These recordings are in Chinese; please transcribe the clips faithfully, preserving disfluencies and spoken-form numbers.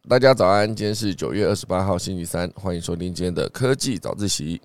大家早安，今天是九月二十八号星期三，欢迎收听今天的科技早自习。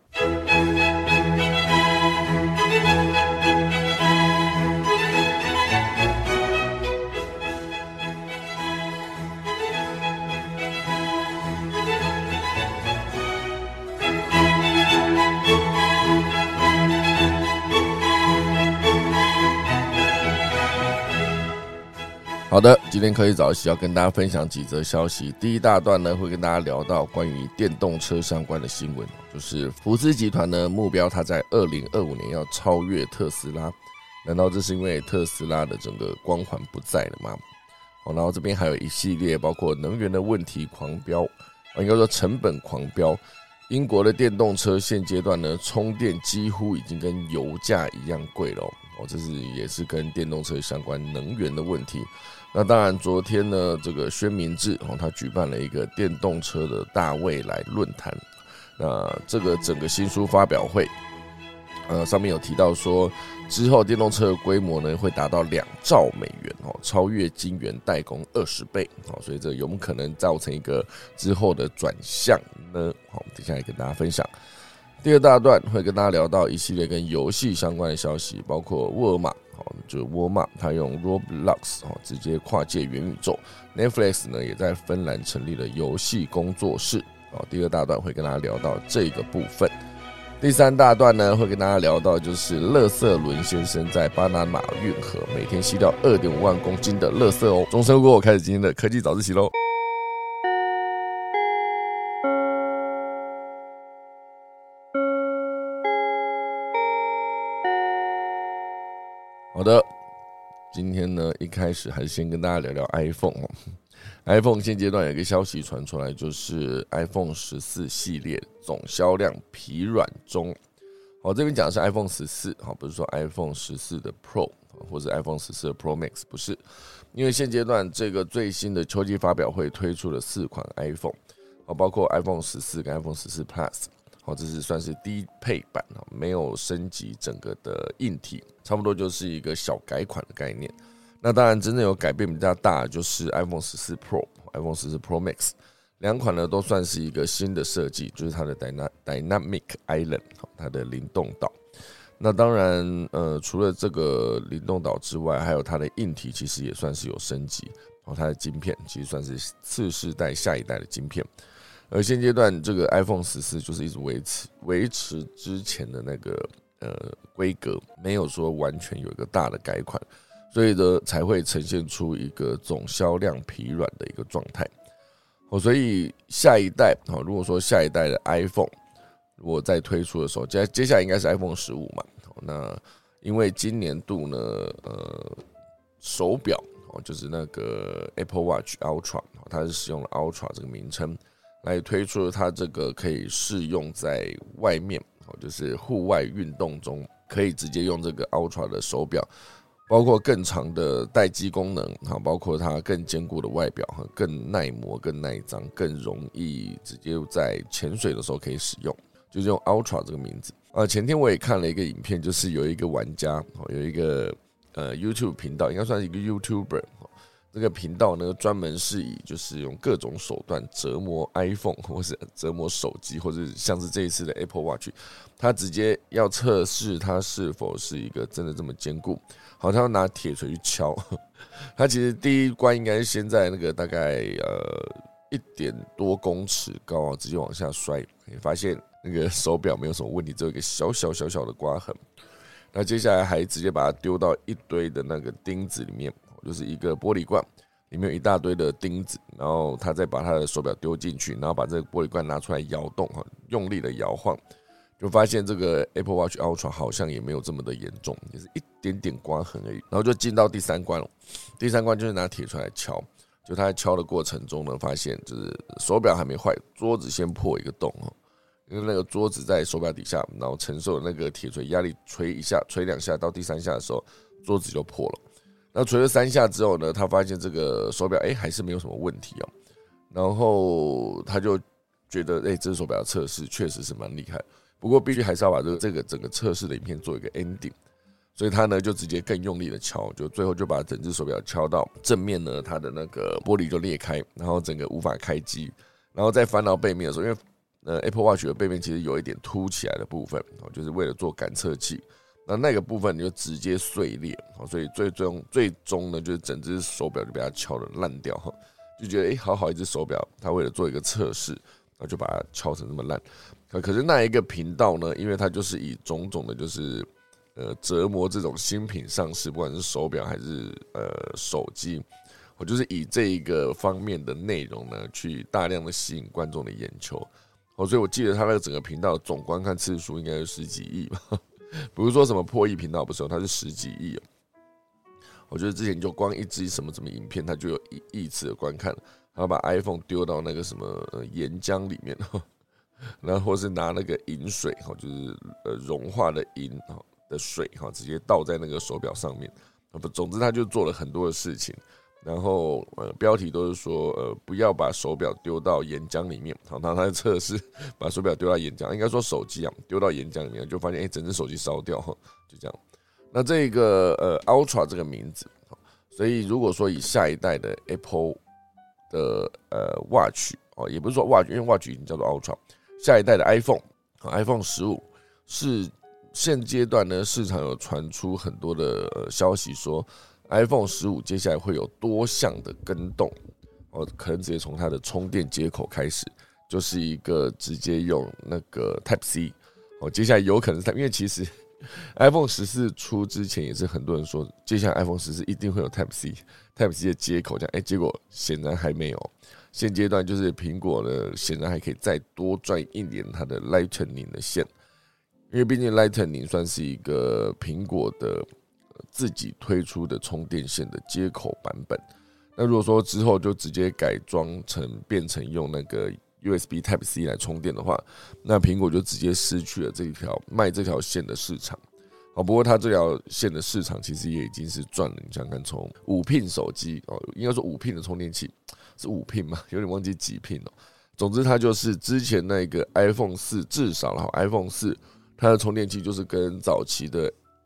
好的，今天科技早起要跟大家分享几则消息。第一大段呢，会跟大家聊到关于电动车相关的新闻，就是福斯集团呢目标它在二零二五年要超越特斯拉，难道这是因为特斯拉的整个光环不在了吗？然后这边还有一系列包括能源的问题狂飙，应该说成本狂飙。英国的电动车现阶段呢，充电几乎已经跟油价一样贵了哦，这是也是跟电动车相关能源的问题。那当然，昨天呢，这个宣明智哦，他举办了一个电动车的大未来论坛。那这个整个新书发表会，呃，上面有提到说，之后电动车的规模呢会达到两兆美元哦，超越晶圆代工二十倍哦，所以这有没有可能造成一个之后的转向呢？好，等一下来跟大家分享。第二大段会跟大家聊到一系列跟游戏相关的消息，包括沃尔玛。就是沃尔玛，它用 Roblox 直接跨界元宇宙。Netflix 呢也在芬兰成立了游戏工作室。第二大段会跟大家聊到这个部分。第三大段呢会跟大家聊到就是垃圾轮先生在巴拿马运河每天吸掉 二点五万公斤的垃圾哦。钟声过后，开始今天的科技早自习喽。好的，今天呢一开始还是先跟大家聊聊 iPhone 哦。iPhone 现阶段有一个消息传出来，就是 iPhone 十四系列总销量疲软中。好，这边讲的是 iPhone 十四，好，不是说 iPhone 十四的 Pro 或者 iPhone 十四的 Pro Max， 不是，因为现阶段这个最新的秋季发表会推出了四款 iPhone， 包括 iPhone 十四跟 iPhone 十四 Plus。好，这是算是低配版，没有升级整个的硬体，差不多就是一个小改款的概念。那当然，真正有改变比较大的就是 iPhone 十四 Pro、iPhone 十四 Pro Max 两款呢，都算是一个新的设计，就是它的 Dynamic Island， 它的灵动岛。那当然，呃，除了这个灵动岛之外，还有它的硬体其实也算是有升级，它的晶片其实算是次世代、下一代的晶片。而现阶段这个 iPhone 十四就是一直维持维持之前的那个呃规格，没有说完全有一个大的改款，所以呢才会呈现出一个总销量疲软的一个状态。哦，所以下一代，哦，如果说下一代的 iPhone 如果再推出的时候，接接下来应该是 iPhone 十五嘛。那因为今年度呢，呃，手表就是那个 Apple Watch Ultra， 它是使用了 Ultra 这个名称。来推出了它这个可以适用在外面，就是户外运动中可以直接用这个 Ultra 的手表，包括更长的待机功能，包括它更坚固的外表，更耐磨、更耐脏、更容易直接在潜水的时候可以使用，就是用 Ultra 这个名字。前天我也看了一个影片，就是有一个玩家，有一个呃 YouTube 频道，应该算是一个 YouTuber。这个频道呢，专门是以就是用各种手段折磨 iPhone， 或是折磨手机，或者像是这一次的 Apple Watch， 他直接要测试它是否是一个真的这么坚固。好，他要拿铁锤去敲。他其实第一关应该是先在那个大概呃一点多公尺高，直接往下摔，发现那个手表没有什么问题，只有一个小小小小的刮痕。那接下来还直接把它丢到一堆的那个钉子里面。就是一个玻璃罐，里面有一大堆的钉子，然后他再把他的手表丢进去，然后把这个玻璃罐拿出来摇动，用力的摇晃，就发现这个 Apple Watch Ultra 好像也没有这么的严重，也是一点点刮痕而已。然后就进到第三关了，第三关就是拿铁锤来敲，就他在敲的过程中呢，发现就是手表还没坏，桌子先破一个洞，因为那个桌子在手表底下，然后承受那个铁锤压力锤一下、锤两下，到第三下的时候，桌子就破了。那锤了三下之后呢，他发现这个手表哎、欸、还是没有什么问题哦，然后他就觉得哎、欸、这只手表的测试确实是蛮厉害，不过必须还是要把这个这个整个测试的影片做一个 ending。 所以他呢就直接更用力的敲，就最后就把整只手表敲到正面呢，它的那个玻璃就裂开，然后整个无法开机。然后再翻到背面的时候，因为呃 Apple Watch 的背面其实有一点凸起来的部分，就是为了做感测器。那那个部分你就直接碎裂，所以最终最终呢，就是整只手表就被它敲得烂掉，就觉得哎、欸，好好一只手表，它为了做一个测试，然后就把它敲成这么烂。可是那一个频道呢，因为它就是以种种的，就是呃折磨这种新品上市，不管是手表还是呃手机，我就是以这一个方面的内容呢，去大量的吸引观众的眼球。所以我记得它那个整个频道的总观看次数应该是十几亿吧。不是说什么破亿频道，不是，它是十几亿。我觉得之前就光一支什么什么影片，它就有一亿次的观看，然后把 iPhone 丢到那个什么岩浆里面，然后或是拿那个银水，就是呃融化的银的水，直接倒在那个手表上面。总之，他就做了很多的事情。然后呃，标题都是说呃，不要把手表丢到岩浆里面。好，那他在测试把手表丢到岩浆，应该说手机啊丢到岩浆里面，就发现哎、欸，整只手机烧掉，就这样。那这个呃 Ultra 这个名字，所以如果说以下一代的 Apple 的呃 Watch 哦，也不是说 Watch， 因为 Watch 已经叫做 Ultra， 下一代的 iPhone，iPhone 十五是现阶段呢市场有传出很多的、呃、消息说。iPhone 十五接下来会有多项的更动，哦，可能直接从它的充电接口开始，就是一个直接用那个 Type C， 哦，接下来有可能是，因为其实 iPhone 十四出之前也是很多人说，接下来 iPhone 十四一定会有 Type C，Type C 的接口这样，哎、欸，结果显然还没有。现阶段就是苹果呢，显然还可以再多赚一年它的 Lightning 的线，因为毕竟 Lightning 算是一个苹果的。自己推出的充电线的接口版本，那如果说之后就直接改装成变成用那个 U S B Type C 来充电的话，那苹果就直接失去了这条卖这条线的市场。好，不过它这条线的市场其实也已经是赚了。你想看，从五 pin 手机哦，应该说五 pin 的充电器是五 pin 嘛，有点忘记几 pin 哦。总之，它就是之前那个 iPhone 四，至少了 iPhone 四它的充电器就是跟早期的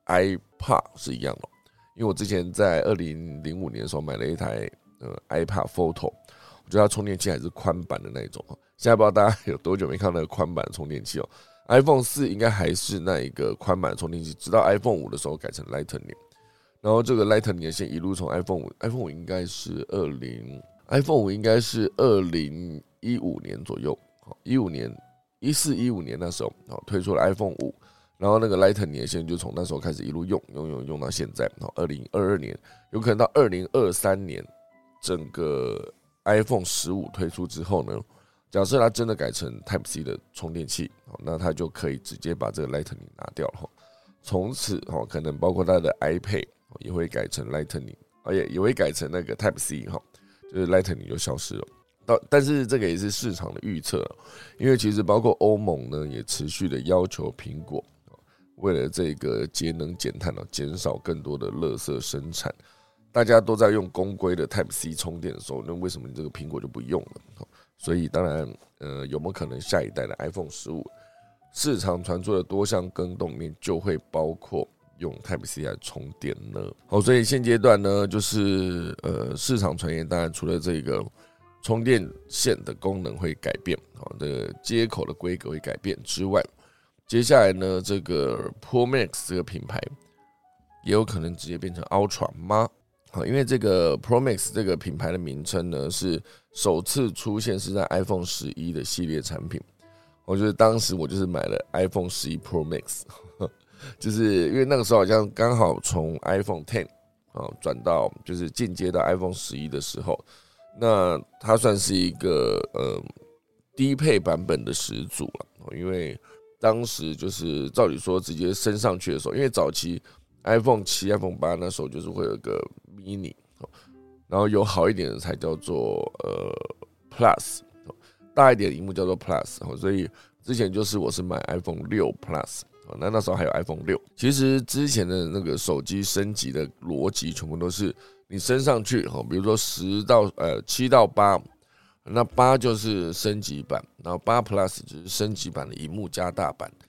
iPad 是一样的，因为我之前在二零零五年的时候买了一台呃 iPad Photo， 我觉得它充电器还是宽版的那一种。现在不知道大家有多久没看到那个宽版的充电器哦。iPhone 四应该还是那一个宽版的充电器，直到 iPhone 五的时候改成 Lightning， 然后这个 Lightning 的线一路从 iPhone 五 ，iPhone 五应该是二零 ，iPhone 五应该是二零一五年左右，一五年一四一五年那时候推出了 iPhone 五。然后那个 Lightning 的线就从那时候开始一路用用用用到现在，然后二零二二年有可能到二零二三年，整个 iPhone 十五推出之后呢，假设它真的改成 Type C 的充电器，那它就可以直接把这个 Lightning 拿掉了。从此可能包括它的 iPad 也会改成 Lightning， 而且也会改成那个 Type C， 就是 Lightning 就消失了。但是这个也是市场的预测，因为其实包括欧盟呢也持续的要求苹果。为了这个节能减碳，减少更多的垃圾生产，大家都在用公规的 Type C 充电的时候，那为什么你这个苹果就不用了？所以当然，呃，有没有可能下一代的 iPhone 十五市场传出的多项更动里面就会包括用 Type C 来充电呢？好，所以现阶段呢，就是呃市场传言，当然除了这个充电线的功能会改变，好，这个接口的规格会改变之外。接下来呢，这个 Pro Max 这个品牌也有可能直接变成 Ultra 吗？因为这个 Pro Max 这个品牌的名称呢，是首次出现是在 iPhone 十一的系列产品。我觉得当时我就是买了 iPhone 十一 Pro Max， 就是因为那个时候好像刚好从 iPhone X 转到就是进阶到 iPhone 十一的时候，那它算是一个呃低配版本的始祖了，因为。当时就是照理说直接升上去的时候，因为早期 iPhone 七、iPhone 八那时候就是会有一个 mini， 然后有好一点的才叫做呃 Plus， 大一点的萤幕叫做 Plus， 所以之前就是我是买 iPhone 六 Plus， 那那时候还有 iPhone 六。其实之前的那个手机升级的逻辑全部都是你升上去，比如说十到呃七到八。那八就是升级版，然后八 Plus 就是升级版的萤幕加大版，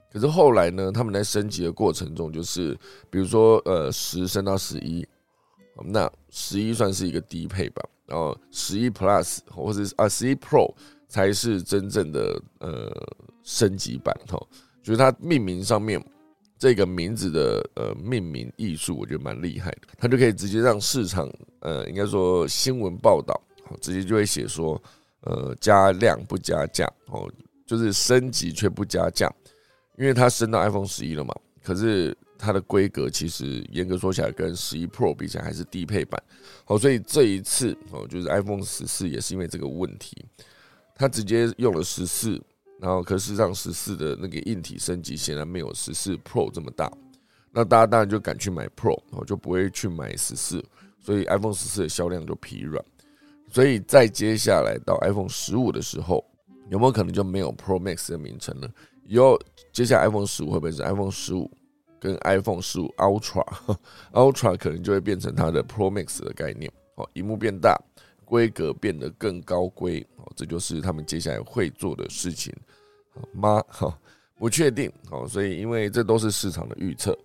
可是后来呢，他们在升级的过程中，就是比如说呃十升到十一，那十一算是一个低配版，然后十一 Plus 或者是啊十一 Pro 才是真正的呃升级版哈。就是它命名上面这个名字的呃命名艺术，我觉得蛮厉害的。它就可以直接让市场呃应该说新闻报道，直接就会写说呃加量不加价哦，就是升级却不加价，因为它升到 iPhone 十一了嘛。可是它的规格其实严格说起来，跟十一 Pro 比起来还是低配版。好，所以这一次哦，就是 iPhone 十四也是因为这个问题，它直接用了十四。然后，可事实上十四的那个硬体升级显然没有十四 Pro 这么大，那大家当然就敢去买 Pro， 就不会去买十四，所以 iPhone 十四的销量就疲软。所以再接下来到 iPhone 十五的时候，有没有可能就没有 Pro Max 的名称呢？以后接下来 iPhone 十五会不会是 iPhone 十五跟 iPhone 十五 Ultra？Ultra 可能就会变成它的 Pro Max 的概念，萤幕变大，规格变得更高规，这就是他们接下来会做的事情吗？不确定，所以因为这都是市场的预测，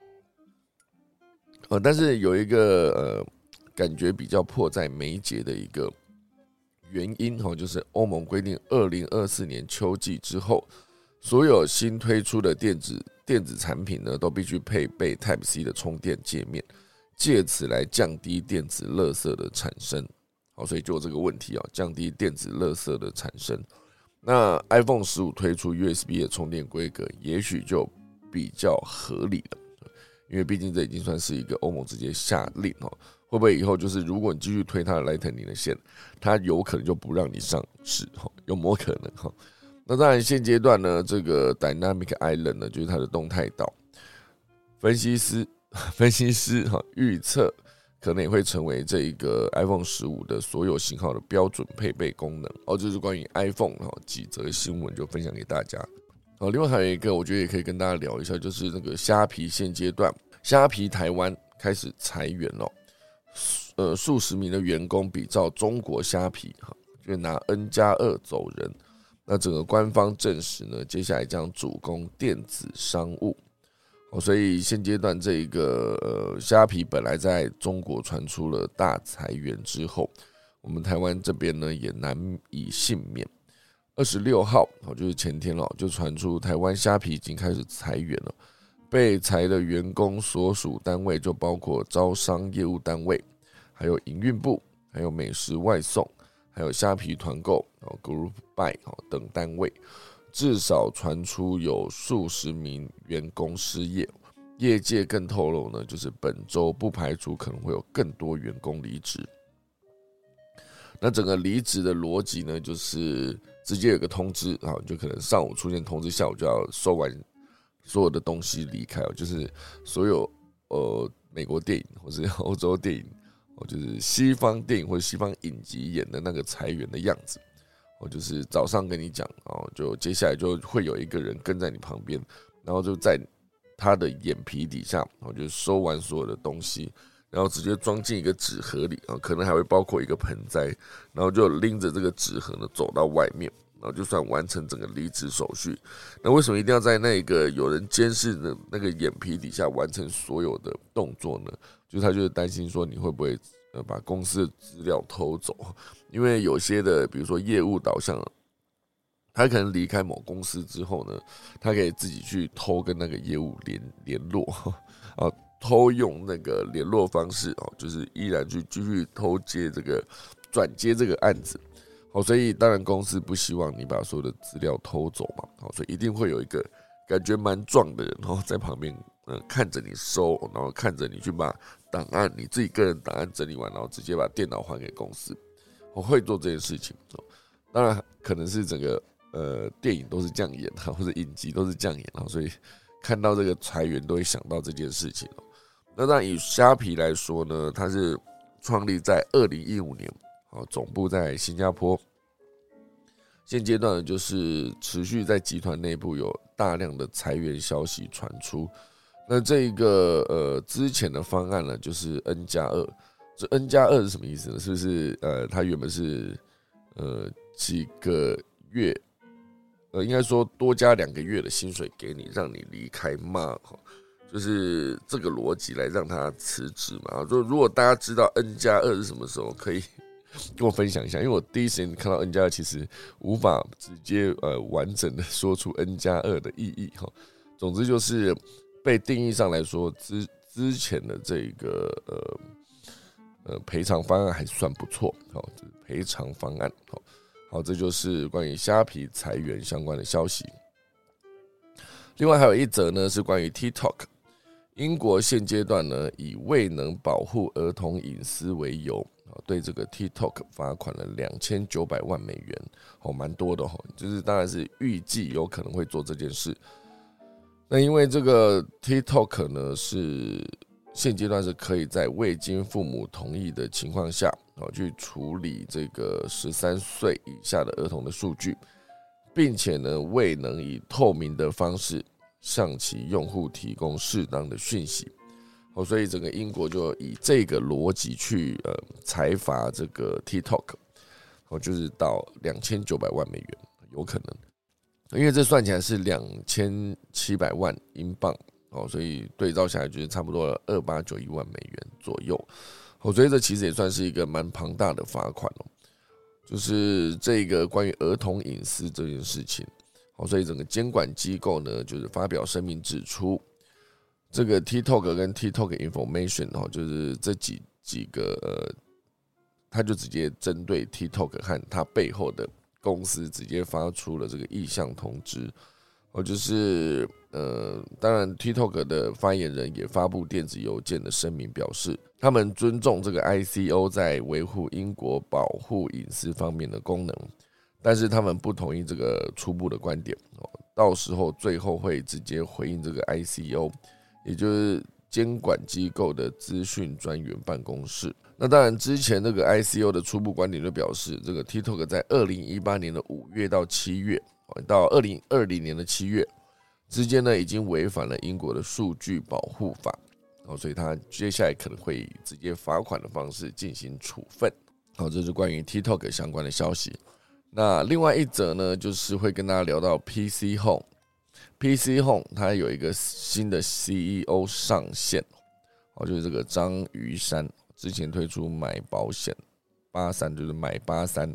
但是有一个呃感觉比较迫在眉睫的一个原因，就是欧盟规定二零二四年秋季之后，所有新推出的电子电子产品呢，都必须配备 Type C 的充电界面，借此来降低电子垃圾的产生。好，所以就有这个问题啊，降低电子垃圾的产生。那 iPhone 十五推出 U S B 的充电规格，也许就比较合理了，因为毕竟这已经算是一个欧盟直接下令哦。会不会以后就是如果你继续推它的 Lightning 的线，它有可能就不让你上市？有没有可能？那当然，现阶段呢，这个 Dynamic Island 呢，就是它的动态岛，分析师分析师预测。可能也会成为这一个 iPhone 十五的所有型号的标准配备功能哦。这是关于 iPhone 几则新闻，就分享给大家。好，另外还有一个，我觉得也可以跟大家聊一下，就是那个虾皮现阶段，虾皮台湾开始裁员了，呃，数十名的员工比照中国虾皮就拿 N 加二走人。那整个官方证实呢，接下来将主攻电子商务。所以现阶段这一个呃虾皮本来在中国传出了大裁员之后，我们台湾这边呢也难以幸免。二十六号就是前天了，就传出台湾虾皮已经开始裁员了。被裁的员工所属单位就包括招商业务单位，还有营运部，还有美食外送，还有虾皮团购、Group Buy 等单位。至少传出有数十名员工失业，业界更透露呢，就是本周不排除可能会有更多员工离职。那整个离职的逻辑呢，就是直接有个通知啊，就可能上午出现通知，下午就要收完所有的东西离开，就是所有呃美国电影或是欧洲电影，就是西方电影或者西方影集演的那个裁员的样子。我就是早上跟你讲，就接下来就会有一个人跟在你旁边，然后就在他的眼皮底下，就收完所有的东西，然后直接装进一个纸盒里，可能还会包括一个盆栽，然后就拎着这个纸盒呢走到外面，然后就算完成整个离职手续。那为什么一定要在那个有人监视的那个眼皮底下完成所有的动作呢？就是他就是担心说你会不会把公司的资料偷走，因为有些的比如说业务导向，他可能离开某公司之后呢，他可以自己去偷跟那个业务 联, 联络啊，偷用那个联络方式，就是依然去继续偷接这个转接这个案子。好，所以当然公司不希望你把所有的资料偷走嘛，好，所以一定会有一个感觉蛮壮的人在旁边。呃、看着你收，然后看着你去把档案，你自己个人档案整理完，然后直接把电脑还给公司。我会做这件事情，当然可能是整个呃电影都是这样演，或者影集都是这样演，所以看到这个裁员都会想到这件事情。那当然以虾皮来说呢，它是创立在二零一五年，总部在新加坡。现阶段呢，就是持续在集团内部有大量的裁员消息传出。那这个呃之前的方案呢，就是 N 加二，这 N 加二是什么意思呢？是不是呃它原本是呃几个月呃，应该说多加两个月的薪水给你，让你离开吗？就是这个逻辑来让他辞职嘛。就如果大家知道 N 加二是什么时候，可以跟我分享一下，因为我第一时间看到 N 加二，其实无法直接呃完整的说出 N 加二的意义哈。总之就是被定义上来说，之之前的这个呃呃赔偿方案还算不错，好，这是赔偿方案，好，好，这就是关于虾皮裁员相关的消息。另外还有一则呢，是关于 TikTok。英国现阶段呢，以未能保护儿童隐私为由，对这个 TikTok 罚款了两千九百万美元，哦，蛮多的哦，就是当然是预计有可能会做这件事。那因为这个 TikTok 呢，是现阶段是可以在未经父母同意的情况下，去处理这个十三岁以下的儿童的数据，并且呢，未能以透明的方式向其用户提供适当的讯息，所以整个英国就以这个逻辑去呃裁罚这个 TikTok， 就是到两千九百万美元，有可能，因为这算起来是两千七百万英镑，所以对照下来就是差不多二八九一万美元左右，所以这其实也算是一个蛮庞大的罚款，就是这个关于儿童隐私这件事情。所以整个监管机构呢，就是发表声明指出，这个 TikTok 跟 TikTok Information 就是这几几个呃，他就直接针对 TikTok 和他背后的公司直接发出了这个意向通知。就是呃，当然 TikTok 的发言人也发布电子邮件的声明，表示他们尊重这个 I C O 在维护英国保护隐私方面的功能。但是他们不同意这个初步的观点，到时候最后会直接回应这个 I C O， 也就是监管机构的资讯专员办公室。那当然，之前那个 I C O 的初步观点就表示，这个 TikTok 在二零一八年的五月到七月，到二零二零年的七月之间呢，已经违反了英国的数据保护法，所以他接下来可能会以直接罚款的方式进行处分。好，这是关于 TikTok 相关的消息。那另外一则呢，就是会跟大家聊到 P C Home。P C Home 它有一个新的 C E O 上线，就是这个张于山，之前推出买保险八三，就是买八三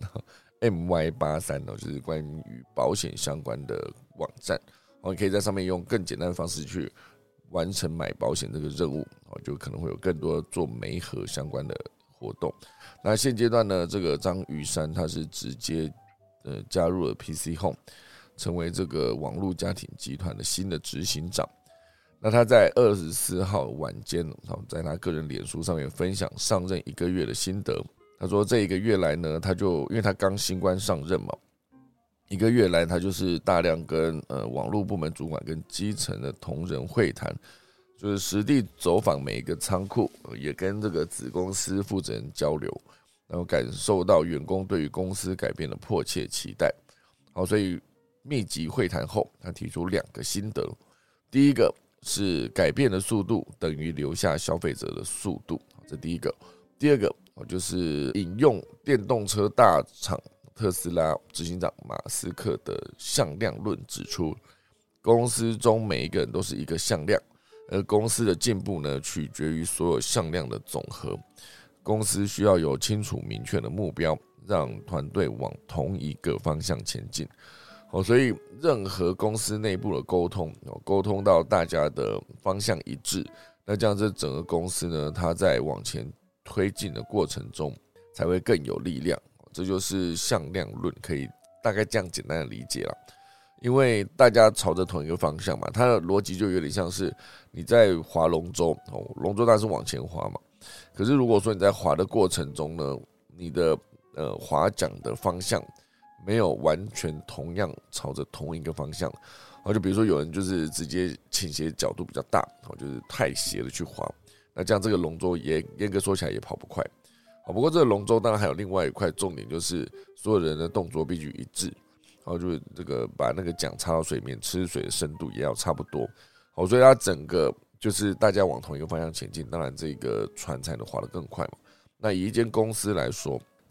M Y 八三，就是关于保险相关的网站，你可以在上面用更简单的方式去完成买保险这个任务，就可能会有更多做媒合相关的活动。那现阶段呢，这个张于山他是直接呃，加入了 P C Home， 成为这个网络家庭集团的新的执行长。那他在二十四号晚间，在他个人脸书上面分享上任一个月的心得。他说这一个月来呢，他就因为他刚新官上任嘛，一个月来他就是大量跟呃网络部门主管跟基层的同仁会谈，就是实地走访每一个仓库，也跟这个子公司负责人交流。然后感受到员工对于公司改变的迫切期待，好，所以密集会谈后，他提出两个心得。第一个是改变的速度等于留下消费者的速度，这第一个。第二个就是引用电动车大厂特斯拉执行长马斯克的向量论，指出公司中每一个人都是一个向量，而公司的进步呢，取决于所有向量的总和。公司需要有清楚明确的目标，让团队往同一个方向前进。所以任何公司内部的沟通，沟通到大家的方向一致，那这样这整个公司呢，它在往前推进的过程中才会更有力量。这就是向量论，可以大概这样简单的理解了。因为大家朝着同一个方向嘛，它的逻辑就有点像是你在划龙舟，龙舟当然是往前划嘛。可是如果说你在滑的过程中呢，你的呃划桨的方向没有完全同样朝着同一个方向，就比如说有人就是直接倾斜角度比较大，就是太斜的去划，那这样这个龙舟也严格说起来也跑不快。不过这个龙舟当然还有另外一块重点，就是所有人的动作必须一致，然后就是这个把那个桨插到水面，吃水的深度也要差不多。好，所以它整个就是大家往同一个方向前进，当然这个船才能划得更快嘛。那以一间公司来说，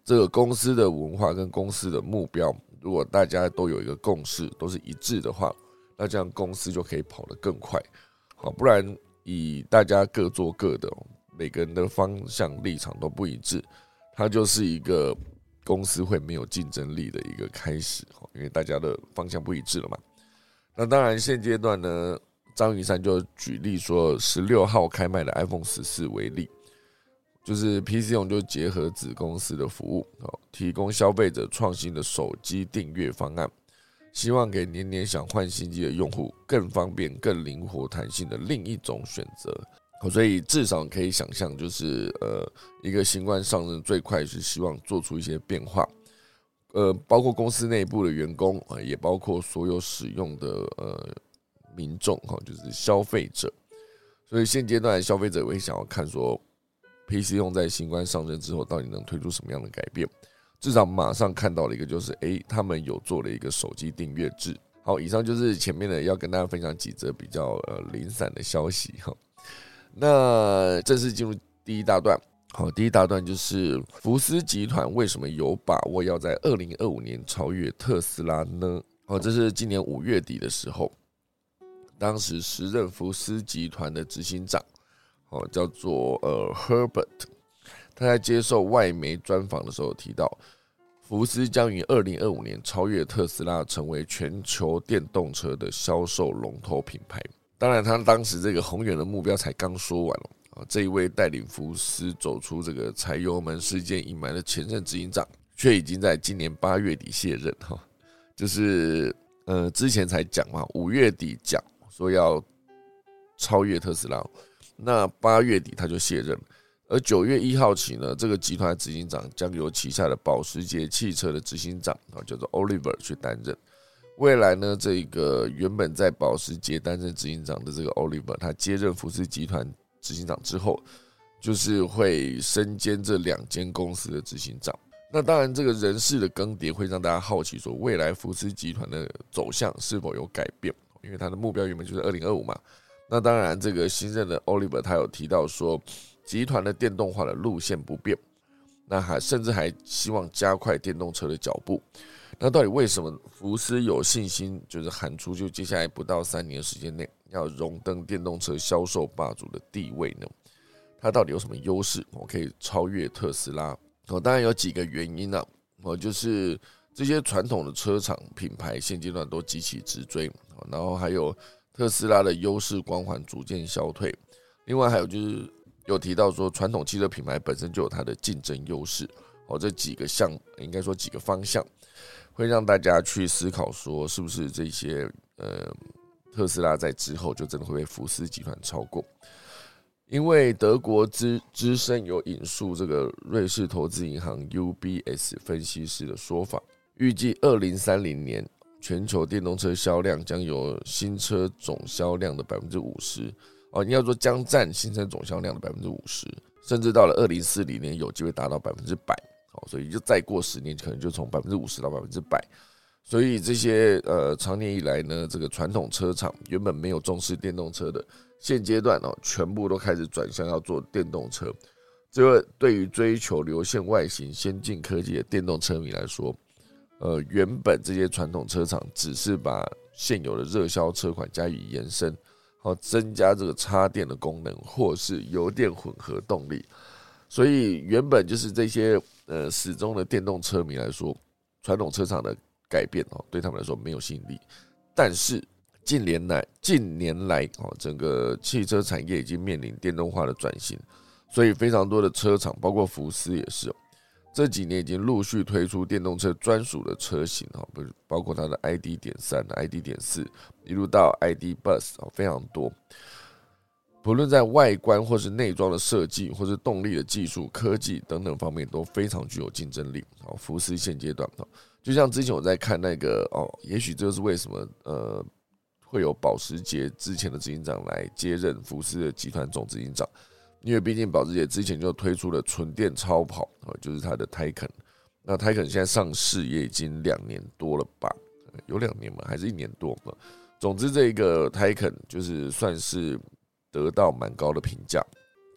这个公司的文化跟公司的目标，如果大家都有一个共识，都是一致的话，那这样公司就可以跑得更快。好，不然以大家各做各的，每个人的方向立场都不一致，它就是一个公司会没有竞争力的一个开始，因为大家的方向不一致了嘛。那当然，现阶段呢，张云山就举例说，十六号开卖的 iPhone 十四为例，就是 P C 用就结合子公司的服务，提供消费者创新的手机订阅方案，希望给年年想换新机的用户更方便、更灵活、弹性的另一种选择。所以至少可以想象，就是呃，一个新官上任最快是希望做出一些变化，呃，包括公司内部的员工，也包括所有使用的呃民众，就是消费者。所以现阶段消费者也会想要看说 ，P C 用在新官上任之后，到底能推出什么样的改变？至少马上看到了一个，就是哎、欸，他们有做了一个手机订阅制。好，以上就是前面的要跟大家分享几则比较呃零散的消息哈。那正式进入第一大段，好，第一大段就是福斯集团为什么有把握要在二零二五年超越特斯拉呢？好，这是今年五月底的时候，当时时任福斯集团的执行长，哦，叫做呃 Herbert， 他在接受外媒专访的时候提到，福斯将于二零二五年超越特斯拉，成为全球电动车的销售龙头品牌。当然，他当时这个宏远的目标才刚说完哦，这一位带领福斯走出这个柴油门事件阴霾的前任执行长，却已经在今年八月底卸任哈。就是呃之前才讲嘛，五月底讲说要超越特斯拉，那八月底他就卸任，而九月一号起呢，这个集团的执行长将由旗下的保时捷汽车的执行长叫做 Oliver 去担任。未来呢，这个原本在保时捷担任执行长的这个 Oliver， 他接任福斯集团执行长之后，就是会身兼这两间公司的执行长。那当然，这个人事的更迭会让大家好奇，说未来福斯集团的走向是否有改变？因为他的目标原本就是二零二五嘛。那当然，这个新任的 Oliver 他有提到说，集团的电动化的路线不变，那还甚至还希望加快电动车的脚步。那到底为什么福斯有信心，就是喊出就接下来不到三年的时间内要荣登电动车销售霸主的地位呢？它到底有什么优势，可以超越特斯拉？当然有几个原因啊，就是这些传统的车厂品牌现阶段都急起直追，然后还有特斯拉的优势光环逐渐消退。另外还有就是有提到说，传统汽车品牌本身就有它的竞争优势。这几个项，应该说几个方向，会让大家去思考说，是不是这些呃特斯拉在之后就真的会被福斯集团超过？因为德国之之声有引述这个瑞士投资银行 U B S 分析师的说法，预计二零三零年全球电动车销量将有新车总销量的 百分之五十， 哦，你要说将占新车总销量的 百分之五十， 甚至到了二零四零年有机会达到 百分之百。所以就再过十年，可能就从 百分之五十 到 百分之百。所以这些呃长年以来呢，这个传统车厂原本没有重视电动车的，现阶段哦，全部都开始转向要做电动车。这对于追求流线外形、先进科技的电动车迷来说，呃，原本这些传统车厂只是把现有的热销车款加以延伸，好增加这个插电的功能，或是油电混合动力。所以原本就是这些呃始终的电动车迷来说，传统车厂的改变哦，对他们来说没有吸引力。但是近年来，近年来哦，整个汽车产业已经面临电动化的转型，所以非常多的车厂，包括福斯也是，这几年已经陆续推出电动车专属的车型哦，包括它的 I D 点三、I D 点四，一路到 I D Bus 哦，非常多。不论在外观或是内装的设计，或是动力的技术、科技等等方面，都非常具有竞争力。好，福斯现阶段，就像之前我在看那个哦，也许这就是为什么呃会有保时捷之前的执行长来接任福斯的集团总执行长，因为毕竟保时捷之前就推出了纯电超跑，就是它的 Taycan。那 Taycan 现在上市也已经两年多了吧？有两年吗？还是一年多吗？总之，这个 Taycan 就是算是得到蛮高的评价，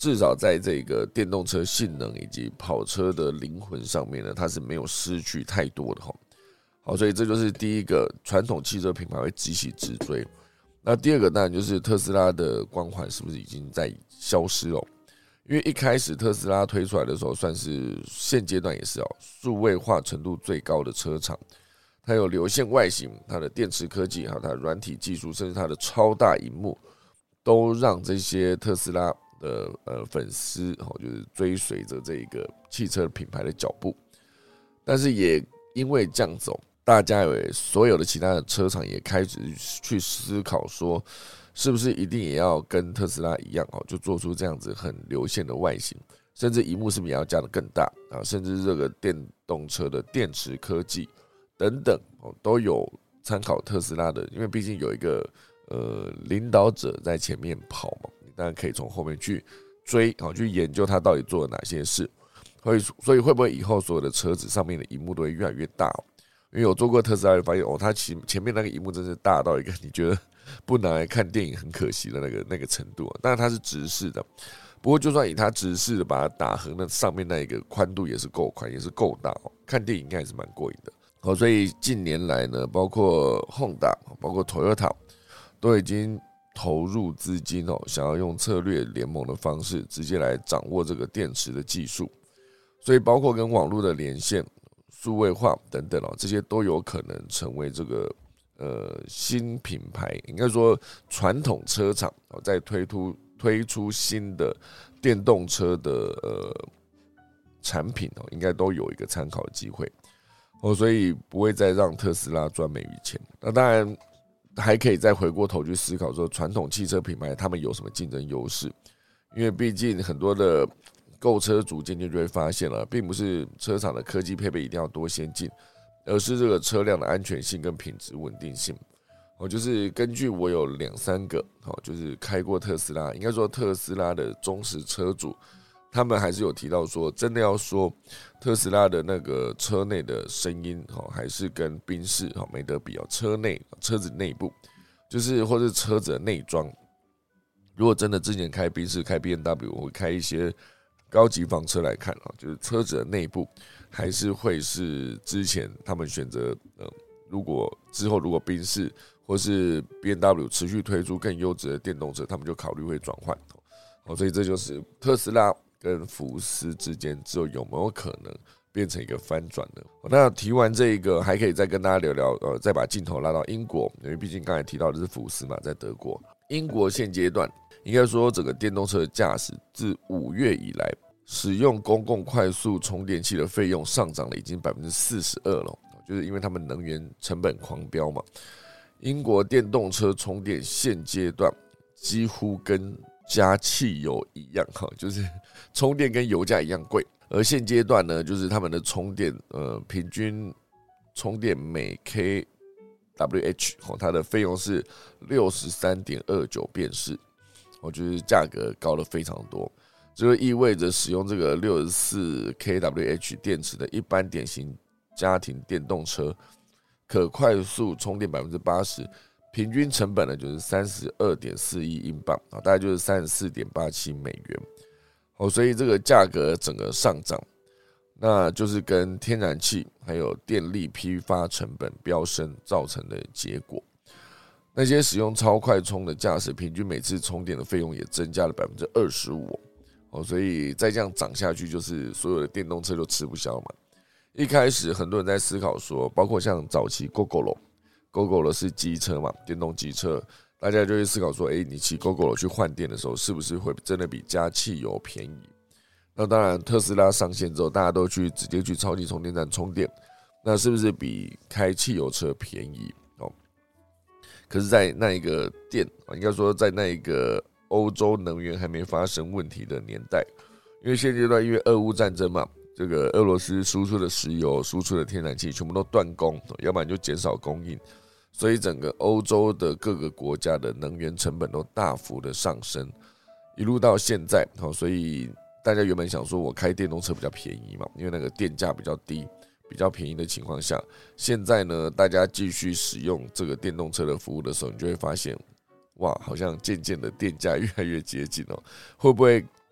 至少在这个电动车性能以及跑车的灵魂上面呢，它是没有失去太多的哈。好，所以这就是第一个传统汽车品牌会急起直追。那第二个当然就是特斯拉的光环是不是已经在消失了？因为一开始特斯拉推出来的时候，算是现阶段也是哦，数位化程度最高的车厂。它有流线外形，它的电池科技，还有它的软体技术，甚至它的超大萤幕，都让这些特斯拉的呃粉丝哦，就是追随着这个汽车品牌的脚步。但是也因为这样子哦，大家以为所有的其他的车厂也开始去思考说，是不是一定也要跟特斯拉一样哦，就做出这样子很流线的外形，甚至萤幕是不是也要加得更大啊？甚至这个电动车的电池科技等等哦，都有参考特斯拉的，因为毕竟有一个呃领导者在前面跑嘛，你当然可以从后面去追，好去研究他到底做了哪些事。所以，所以会不会以后所有的车子上面的萤幕都会越来越大？因为我坐过特斯拉，就发现哦，它前前面那个萤幕真是大到一个你觉得不拿来看电影很可惜的那个那个程度。当然它是直视的，不过就算以它直视的把它打横，那上面那一个宽度也是够宽，也是够大哦，看电影应该也是蛮过瘾的。好，所以近年来呢，包括 Honda， 包括 Toyota 都已经投入资金哦，想要用策略联盟的方式，直接来掌握这个电池的技术。所以包括跟网络的连线、数位化等等哦，这些都有可能成为这个呃新品牌，应该说传统车厂哦，在推出推出新的电动车的呃产品哦，应该都有一个参考的机会哦，所以不会再让特斯拉赚每笔钱。那当然还可以再回过头去思考说，传统汽车品牌他们有什么竞争优势？因为毕竟很多的购车主渐渐就会发现了，并不是车厂的科技配备一定要多先进，而是这个车辆的安全性跟品质稳定性。哦，就是根据我有两三个，哦，就是开过特斯拉，应该说特斯拉的忠实车主，他们还是有提到说，真的要说特斯拉的那个车内的声音，哦，还是跟宾士哦没得比哦。车内车子内部，就是或是车子的内装，如果真的之前开宾士、开 B M W 或开一些高级房车来看啊，就是车子的内部还是会是之前他们选择，呃，如果之后如果宾士或是 B M W 持续推出更优质的电动车，他们就考虑会转换。哦，所以这就是特斯拉跟福斯之间之后有没有可能变成一个翻转呢？那提完这个，还可以再跟大家聊聊，呃，再把镜头拉到英国，因为毕竟刚才提到的是福斯嘛，在德国，英国现阶段应该说整个电动车的驾驶自五月以来，使用公共快速充电器的费用上涨了已经 百分之四十二 了，就是因为他们能源成本狂飙嘛。英国电动车充电现阶段几乎跟加汽油一样，就是充电跟油价一样贵。而现阶段呢，就是他们的充电，呃，平均充电每 kWh， 它的费用是 六十三点二九 便士，我觉得价格高了非常多。这就意味着使用这个 六十四 kWh 电池的一般典型家庭电动车，可快速充电 百分之八十， 平均成本呢就是 三十二点四一英镑，大概就是 三十四点八七美元。所以这个价格整个上涨，那就是跟天然气还有电力批发成本飙升造成的结果。那些使用超快充的驾驶，平均每次充电的费用也增加了 百分之二十五。所以再这样涨下去，就是所有的电动车都吃不消嘛。一开始很多人在思考说，包括像早期 Gogoro，Gogoro 是机车嘛，电动机车，大家就会思考说，哎，你骑 Gogoro 去换电的时候，是不是会真的比加汽油便宜？那当然，特斯拉上线之后，大家都去直接去超级充电站充电，那是不是比开汽油车便宜？哦，可是，在那一个店，应该说在那一个欧洲能源还没发生问题的年代，因为现阶段因为俄乌战争嘛，这个俄罗斯输出的石油、输出的天然气全部都断供，要不然就减少供应。所以整个欧洲的各个国家的能源成本都大幅的上升，一路到现在，所以大家原本想说我开电动车比较便宜嘛，因为那个电价比较低，比较便宜的情况下，现在呢，大家继续使用这个电动车的服务的时候，你就会发现，哇，好像渐渐的电价越来越接近哦，会不会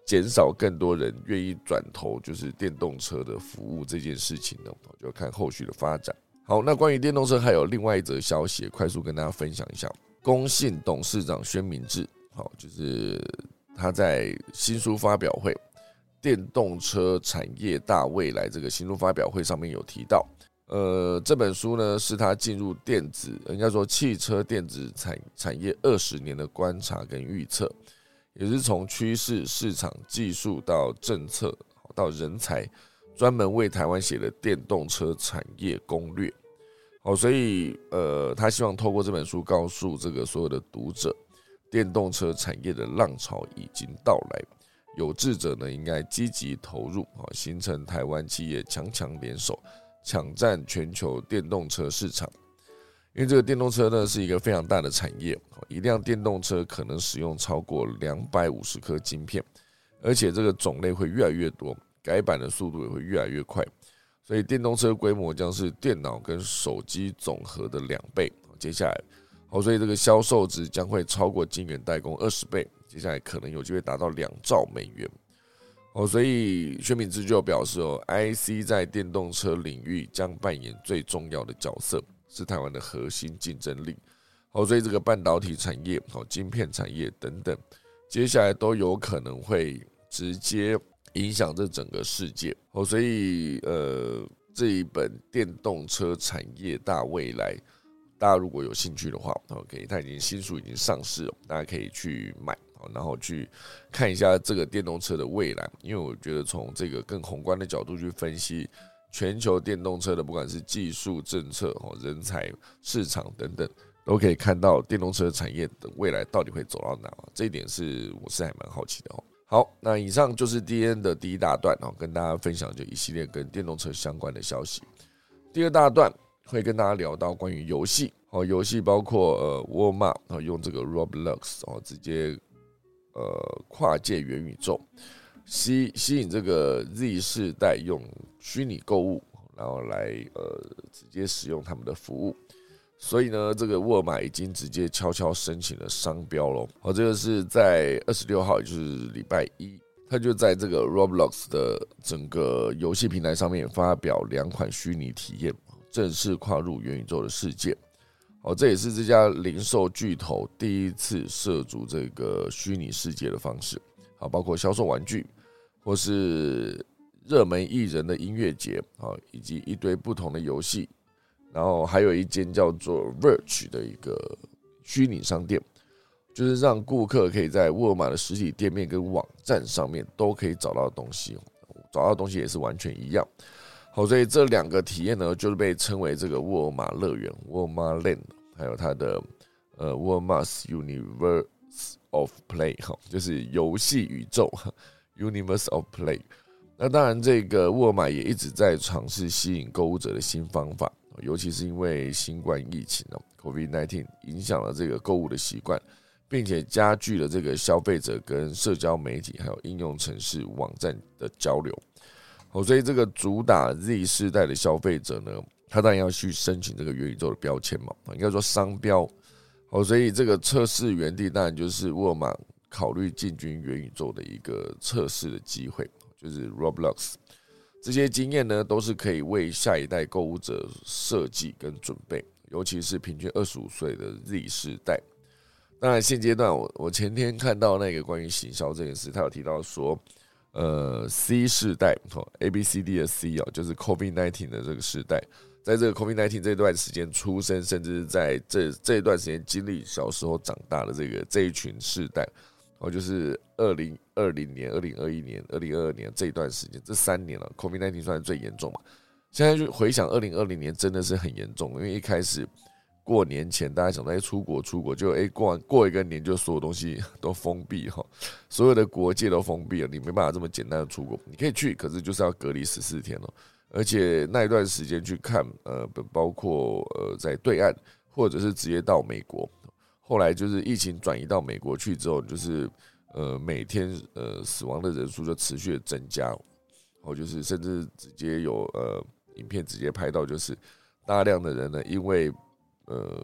减少更多人愿意转投就是电动车的服务这件事情呢，就看后续的发展。好，那关于电动车还有另外一则消息，快速跟大家分享一下。公信董事长宣明智，好，就是他在新书发表会《电动车产业大未来》这个新书发表会上面有提到，呃，这本书呢是他进入电子，应该说汽车电子产产业二十年的观察跟预测，也是从趋势、市场、技术到政策到人才，专门为台湾写的电动车产业攻略。好，所以呃，他希望透过这本书告诉这个所有的读者，电动车产业的浪潮已经到来，有志者呢应该积极投入，形成台湾企业强强联手，抢占全球电动车市场。因为这个电动车呢是一个非常大的产业，一辆电动车可能使用超过两百五十颗晶片，而且这个种类会越来越多，改版的速度也会越来越快。所以电动车规模将是电脑跟手机总和的两倍。接下来，所以这个销售值将会超过晶圆代工二十倍，接下来可能有机会达到两兆美元。所以薛明之就表示 ，I C 在电动车领域将扮演最重要的角色，是台湾的核心竞争力。所以这个半导体产业、晶片产业等等，接下来都有可能会直接影响这整个世界。所以呃，这一本电动车产业大未来，大家如果有兴趣的话 ，OK， 它已经新书已经上市了，大家可以去买，然后去看一下这个电动车的未来。因为我觉得从这个更宏观的角度去分析全球电动车的，不管是技术、政策、人才、市场等等，都可以看到电动车产业的未来到底会走到哪。这一点是我是还蛮好奇的。好，那以上就是 D N 的第一大段，跟大家分享就一系列跟电动车相关的消息。第二大段会跟大家聊到关于游戏，游戏包括呃沃尔玛用这个 Roblox 直接呃跨界元宇宙，吸吸引这个 Z 世代用虚拟购物，然后来呃直接使用他们的服务。所以呢，这个沃尔玛已经直接悄悄申请了商标了。好，这个是在二十六号，也就是礼拜一，他就在这个 Roblox 的整个游戏平台上面发表两款虚拟体验，正式跨入元宇宙的世界。好，这也是这家零售巨头第一次涉足这个虚拟世界的方式。好，包括销售玩具，或是热门艺人的音乐节，以及一堆不同的游戏。然后还有一间叫做 Verge 的一个虚拟商店，就是让顾客可以在沃尔玛的实体店面跟网站上面都可以找到东西，找到东西也是完全一样。好，所以这两个体验呢，就是被称为这个沃尔玛乐园 （Walmart Land）， 还有它的呃 Walmart's Universe of Play， 就是游戏宇宙 （Universe of Play）。那当然，这个沃尔玛也一直在尝试吸引购物者的新方法。尤其是因为新冠疫情 COVID 十九 影响了这个购物的习惯，并且加剧了这个消费者跟社交媒体还有应用程式网站的交流。所以这个主打 Z 世代的消费者呢，他当然要去申请这个元宇宙的标签嘛，应该说商标。所以这个测试园地当然就是沃尔玛考虑进军元宇宙的一个测试的机会，就是 Roblox。这些经验呢，都是可以为下一代购物者设计跟准备，尤其是平均二十五岁的 Z 世代。当然，现阶段我我前天看到那个关于行销这件事，他有提到说，呃 ，C 世代 A B C D 的 C 啊，就是 COVID 十九 的这个世代，在这个 COVID 十九 这段时间出生，甚至在这这一段时间经历小时候长大的这个这一群世代。哦，就是二零二零年、二零二一年、二零二二年这一段时间，这三年了 ，COVID 十九 算是最严重嘛。现在就回想二零二零年，真的是很严重，因为一开始过年前大家想到出国出国，就哎过完过一个年就所有东西都封闭哈，所有的国界都封闭了，你没办法这么简单的出国，你可以去，可是就是要隔离十四天了，而且那一段时间去看，呃，包括呃在对岸，或者是直接到美国。后来就是疫情转移到美国去之后，就是呃每天呃死亡的人数就持续的增加，然后就是甚至直接有呃影片直接拍到，就是大量的人呢因为呃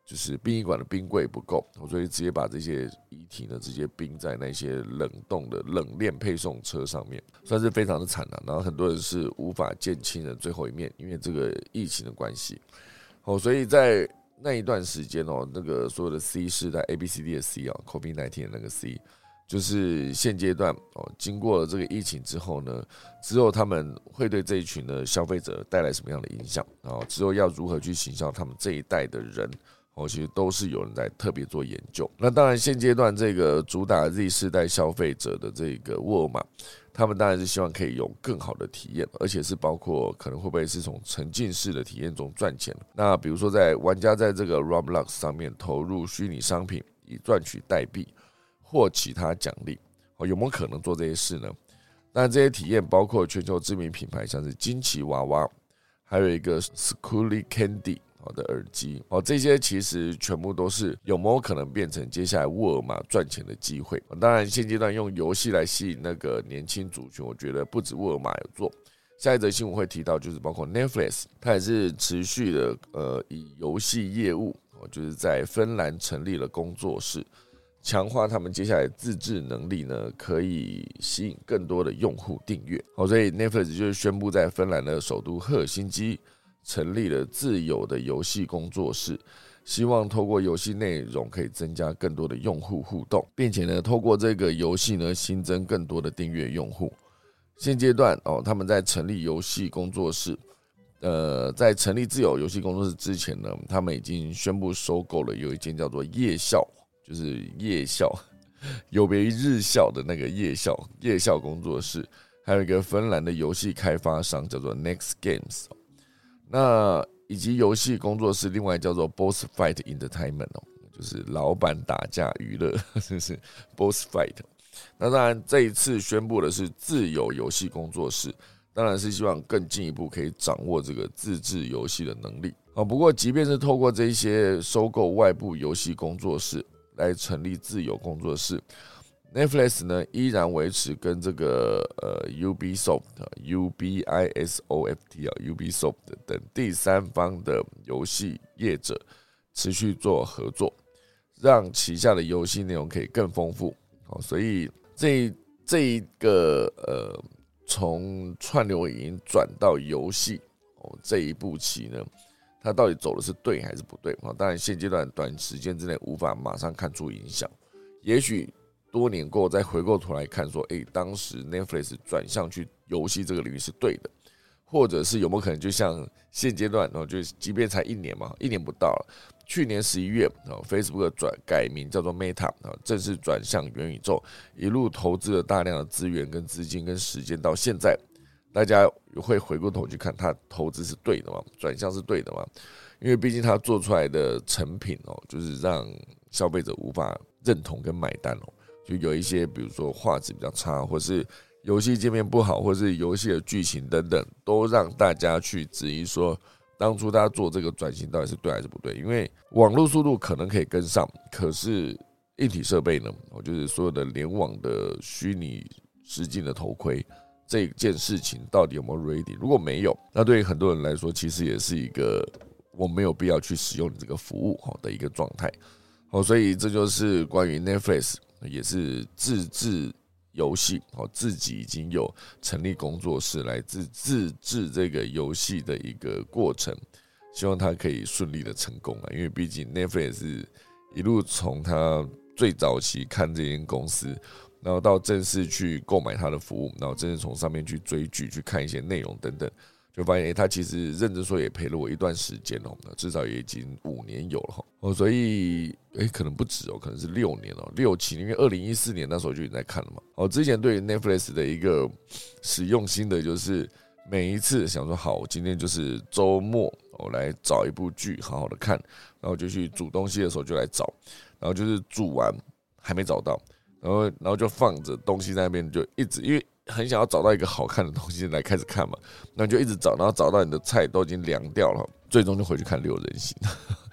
就是殡仪馆的冰柜不够，所以直接把这些遗体呢直接冰在那些冷冻的冷链配送车上面，算是非常的惨了、啊。然后很多人是无法见亲人最后一面，因为这个疫情的关系。哦，所以在那一段时间哦，那个所有的 C 世代 A B C D 的 C 啊 ，COVID 十九 的那个 C， 就是现阶段哦，经过了这个疫情之后呢，之后他们会对这一群的消费者带来什么样的影响？然后之后要如何去行销他们这一代的人？哦，其实都是有人在特别做研究。那当然，现阶段这个主打 Z 世代消费者的这个沃尔玛，他们当然是希望可以有更好的体验，而且是包括可能会不会是从沉浸式的体验中赚钱。那比如说，在玩家在这个 Roblox 上面投入虚拟商品，以赚取代币或其他奖励，哦，有没有可能做这些事呢？当然，这些体验包括全球知名品牌，像是惊奇娃娃，还有一个 Schooly Candy。的耳机哦，这些其实全部都是有没有可能变成接下来沃尔玛赚钱的机会？当然，现阶段用游戏来吸引那个年轻族群，我觉得不止沃尔玛有做。下一则新闻会提到，就是包括 Netflix， 它也是持续的呃以游戏业务，就是在芬兰成立了工作室，强化他们接下来自制能力呢，可以吸引更多的用户订阅。好，所以 Netflix 就是宣布在芬兰的首都赫尔辛基成立了自有的游戏工作室，希望透过游戏内容可以增加更多的用户互动，并且呢，透过这个游戏呢，新增更多的订阅用户。现阶段哦，他们在成立游戏工作室，呃，在成立自有游戏工作室之前呢，他们已经宣布收购了有一间叫做夜校，就是夜校，有别于日校的那个夜校夜校工作室，还有一个芬兰的游戏开发商叫做 Next Games。那以及游戏工作室，另外叫做 Boss Fight Entertainment 哦，就是老板打架娱乐，就是 Boss Fight。那当然，这一次宣布的是自有游戏工作室，当然是希望更进一步可以掌握这个自制游戏的能力。不过，即便是透过这些收购外部游戏工作室来成立自有工作室。Netflix 呢依然维持跟这个呃 Ubisoft、U B I S O F T 啊 Ubisoft 等第三方的游戏业者持续做合作，让旗下的游戏内容可以更丰富。好，所以这这一个呃从串流影音转到游戏哦这一步棋呢，它到底走的是对还是不对？当然现阶段短时间之内无法马上看出影响，也许。多年过后再回过头来看说，哎，当时 Netflix 转向去游戏这个领域是对的，或者是有没有可能就像现阶段，就即便才一年嘛，一年不到了，去年十一月 ，Facebook 转改名叫做 Meta， 正式转向元宇宙，一路投资了大量的资源、跟资金、跟时间，到现在大家会回过头去看，他投资是对的吗？转向是对的吗？因为毕竟他做出来的成品哦，就是让消费者无法认同跟买单哦。就有一些，比如说画质比较差，或是游戏界面不好，或是游戏的剧情等等，都让大家去质疑说，当初他做这个转型到底是对还是不对？因为网络速度可能可以跟上，可是硬体设备呢，就是所有的联网的虚拟实境的头盔，这件事情到底有没有 ready？ 如果没有，那对于很多人来说，其实也是一个我没有必要去使用你这个服务的一个状态。所以这就是关于 Netflix。也是自制游戏，自己已经有成立工作室来自自制这个游戏的一个过程，希望它可以顺利的成功啊！因为毕竟 Netflix 是一路从它最早期看这间公司，然后到正式去购买它的服务，然后真正从上面去追剧、去看一些内容等等。就发现，欸，他其实认真说也陪了我一段时间哦，至少也已经五年有了哦，所以欸，可能不止哦，可能是六年哦，六七年，因为二零一四年那时候就已经在看了嘛。哦，之前对于 Netflix 的一个使用心得就是，每一次想说好，我今天就是周末我来找一部剧好好的看，然后就去煮东西的时候就来找，然后就是煮完还没找到，然后然后就放着东西在那边就一直因为。很想要找到一个好看的东西来开始看嘛，那你就一直找，然后找到你的菜都已经凉掉了，最终就回去看六人行。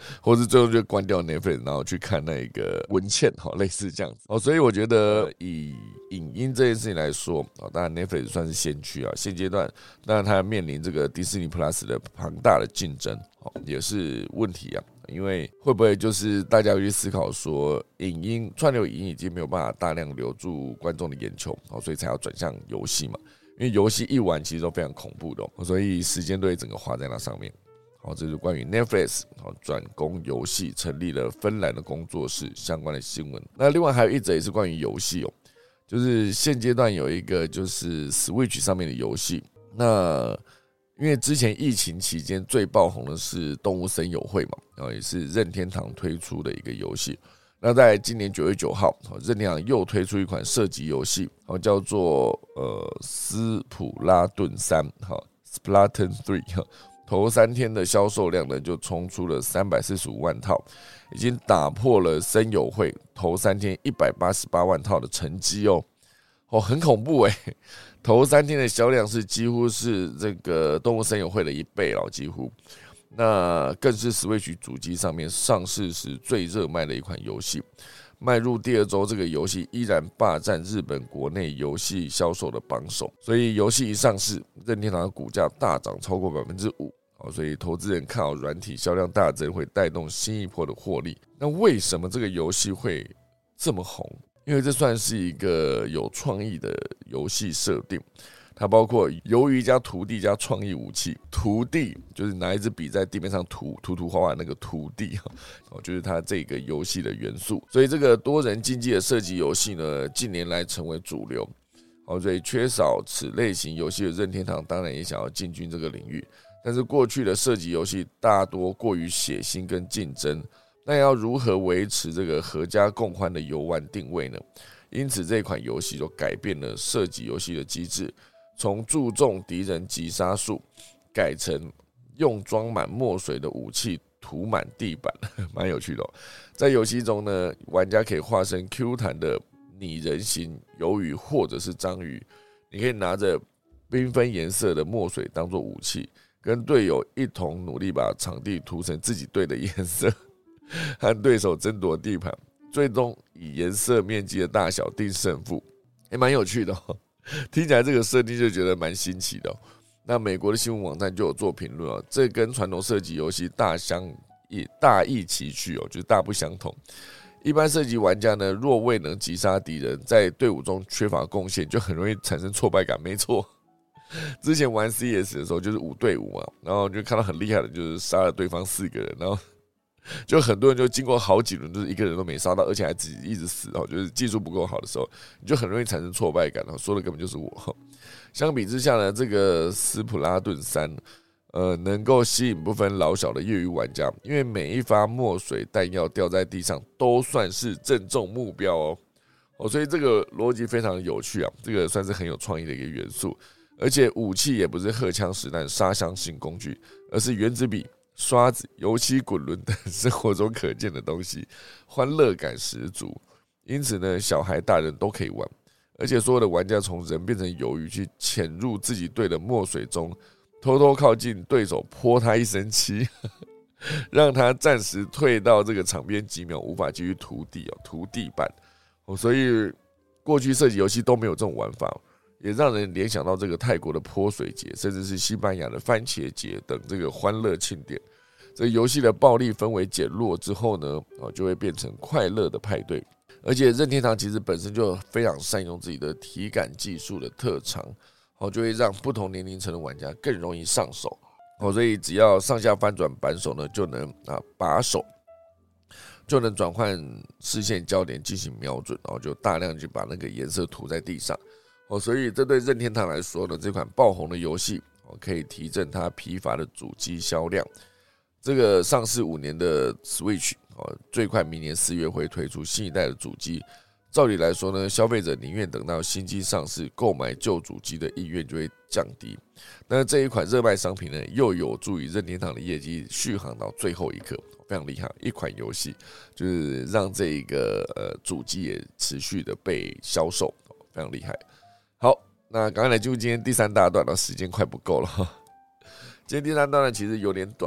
或是最后就关掉 Netflix， 然后去看那个文茜，类似这样子。所以我觉得以影音这件事情来说，当然 Netflix 算是先驱啊，现阶段当然它面临这个迪士尼 Plus 的庞大的竞争，也是问题啊。因为会不会就是大家会去思考说，影音串流影音已经没有办法大量留住观众的眼球，所以才要转向游戏嘛？因为游戏一玩其实都非常恐怖的，所以时间都会整个花在那上面。好，这是关于 Netflix 转攻游戏，成立了芬兰的工作室相关的新闻。那另外还有一则也是关于游戏哦，就是现阶段有一个就是 Switch 上面的游戏，那因为之前疫情期间最爆红的是动物森友会嘛，然后也是任天堂推出的一个游戏。那在今年九月九号，任天堂又推出一款射击游戏，叫做呃斯普拉顿三 ，Splatoon 三。头三天的销售量呢，就冲出了三百四十五万套，已经打破了森友会头三天一百八十八万套的成绩哦，哦，很恐怖哎！头三天的销量是几乎是这个动物森友会的一倍了，几乎。那更是 Switch 主机上面上市时最热卖的一款游戏。迈入第二周，这个游戏依然霸占日本国内游戏销售的榜首。所以游戏一上市，任天堂的股价大涨超过百分之五。所以投资人看好软体销量大增会带动新一波的获利。那为什么这个游戏会这么红？因为这算是一个有创意的游戏设定，它包括鱿鱼加涂地加创意武器。涂地就是拿一支笔在地面上涂涂涂画画那个涂地，就是它这个游戏的元素。所以这个多人竞技的射击游戏呢，近年来成为主流。所以缺少此类型游戏的任天堂当然也想要进军这个领域。但是过去的射击游戏大多过于血腥跟竞争，那要如何维持这个合家共欢的游玩定位呢？因此这款游戏就改变了射击游戏的机制，从注重敌人击杀数，改成用装满墨水的武器涂满地板，蛮有趣的哦。在游戏中呢，玩家可以化身 Q 弹的拟人形鱿鱼或者是章鱼，你可以拿着缤纷颜色的墨水当作武器，跟队友一同努力把场地涂成自己队的颜色，和对手争夺地盘，最终以颜色面积的大小定胜负，也蛮有趣的哦。听起来这个设定就觉得蛮新奇的哦。那美国的新闻网站就有做评论哦，这跟传统射击游戏大相大异其趣哦，就是大不相同。一般射击玩家呢，若未能击杀敌人，在队伍中缺乏贡献，就很容易产生挫败感。没错。之前玩 C S 的时候就是五对五嘛，然后就看到很厉害的，就是杀了对方四个人，然后就很多人就经过好几轮，就是一个人都没杀到，而且还自己一直死，就是技术不够好的时候，你就很容易产生挫败感。说的根本就是我。相比之下呢，这个斯普拉顿三，呃，能够吸引不分老小的业余玩家，因为每一发墨水弹药掉在地上都算是正中目标哦。哦，所以这个逻辑非常有趣啊，这个算是很有创意的一个元素。而且武器也不是荷枪实弹杀伤性工具，而是原子笔、刷子、油漆滚轮等生活中可见的东西，欢乐感十足。因此呢，小孩大人都可以玩，而且所有的玩家从人变成鱿鱼，去潜入自己队的墨水中，偷偷靠近对手，泼他一身漆，让他暂时退到这个场边几秒，无法继续涂地哦，涂地板。所以过去射击游戏都没有这种玩法。也让人联想到这个泰国的泼水节，甚至是西班牙的番茄节等这个欢乐庆典。这游戏的暴力氛围减弱之后呢，就会变成快乐的派对。而且任天堂其实本身就非常善用自己的体感技术的特长，就会让不同年龄层的玩家更容易上手。所以只要上下翻转扳手呢，就能啊把手就能转换视线焦点进行瞄准，然后就大量去把那个颜色涂在地上。所以这对任天堂来说呢，这款爆红的游戏可以提振它疲乏的主机销量。这个上市五年的 Switch 最快明年四月会推出新一代的主机。照理来说呢，消费者宁愿等到新机上市，购买旧主机的意愿就会降低。但是这一款热卖商品呢，又有助于任天堂的业绩续航到最后一刻，非常厉害。一款游戏就是让这个呃主机也持续的被销售，非常厉害。好，那赶快来进入今天第三大段了，时间快不够了。今天第三段呢，其实有点短了，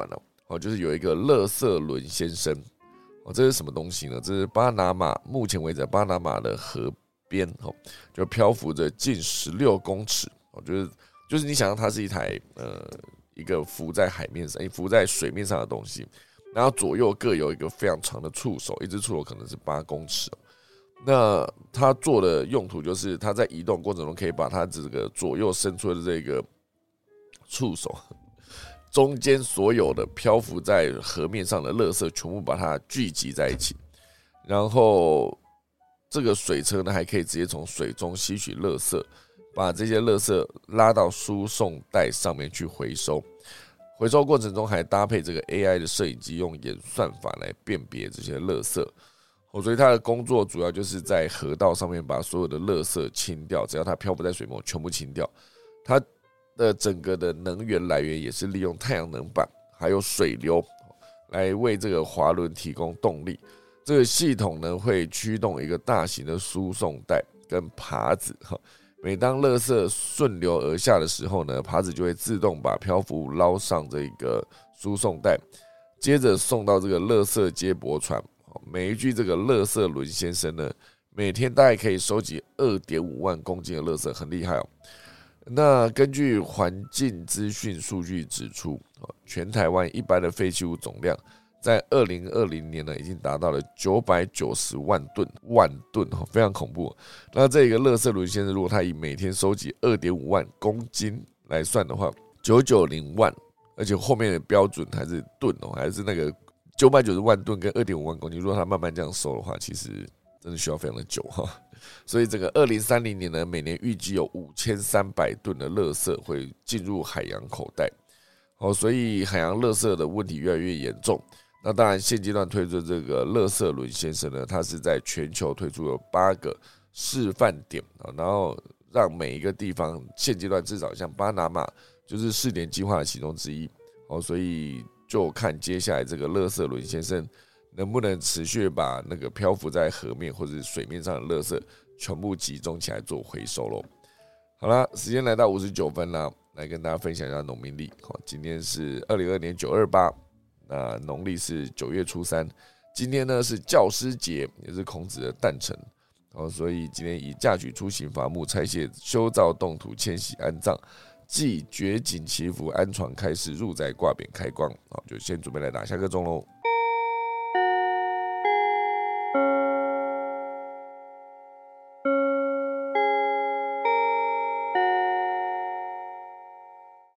哦，就是有一个垃圾轮先生。哦，这是什么东西呢？这是巴拿马，目前为止巴拿马的河边，哦，就漂浮着近十六公尺，哦，就是就是你想象它是一台呃一个浮在海面上、浮在水面上的东西，然后左右各有一个非常长的触手，一只触手可能是八公尺。那它做的用途就是，它在移动过程中可以把它这个左右伸出的这个触手中间所有的漂浮在河面上的垃圾全部把它聚集在一起，然后这个水车呢还可以直接从水中吸取垃圾，把这些垃圾拉到输送带上面去回收。回收过程中还搭配这个 A I 的摄影机，用演算法来辨别这些垃圾。所以他的工作主要就是在河道上面把所有的垃圾清掉，只要它漂浮在水面全部清掉。它的整个的能源来源也是利用太阳能板还有水流来为这个滑轮提供动力。这个系统呢会驱动一个大型的输送带跟耙子，每当垃圾顺流而下的时候呢，耙子就会自动把漂浮物捞上这个输送带，接着送到这个垃圾接驳船。每一具这个垃圾轮先生呢，每天大概可以收集 二点五万公斤的垃圾，很厉害哦。那根据环境资讯数据指出，全台湾一般的废弃物总量在二零二零年呢，已经达到了九百九十万吨，万吨，非常恐怖。那这个垃圾轮先生，如果他以每天收集 二点五万公斤来算的话，九百九十万，而且后面的标准还是吨哦，还是那个九百九十万吨跟 二点五万公斤，如果他慢慢这样收的话，其实真的需要非常的久哈。所以整个二零三零年呢，每年预计有五千三百吨的垃圾会进入海洋口袋。哦，所以海洋垃圾的问题越来越严重。那当然，现阶段推出这个垃圾轮先生呢，它是在全球推出了八个示范点，然后让每一个地方现阶段至少像巴拿马就是试点计划的其中之一。哦，所以就看接下来这个垃圾轮先生能不能持续把那个漂浮在河面或者水面上的垃圾全部集中起来做回收咯。好啦，时间来到五十九分啦，来跟大家分享一下农民历。今天是二零二二年九二八，那农历是九月初三。今天呢是教师节，也是孔子的诞辰，所以今天以嫁娶、出行、伐木、拆卸、修造、动土、迁徙、安葬、祭、掘井、祈福、安床、开市、入宅、挂匾、开光，就先准备来打下个钟喽。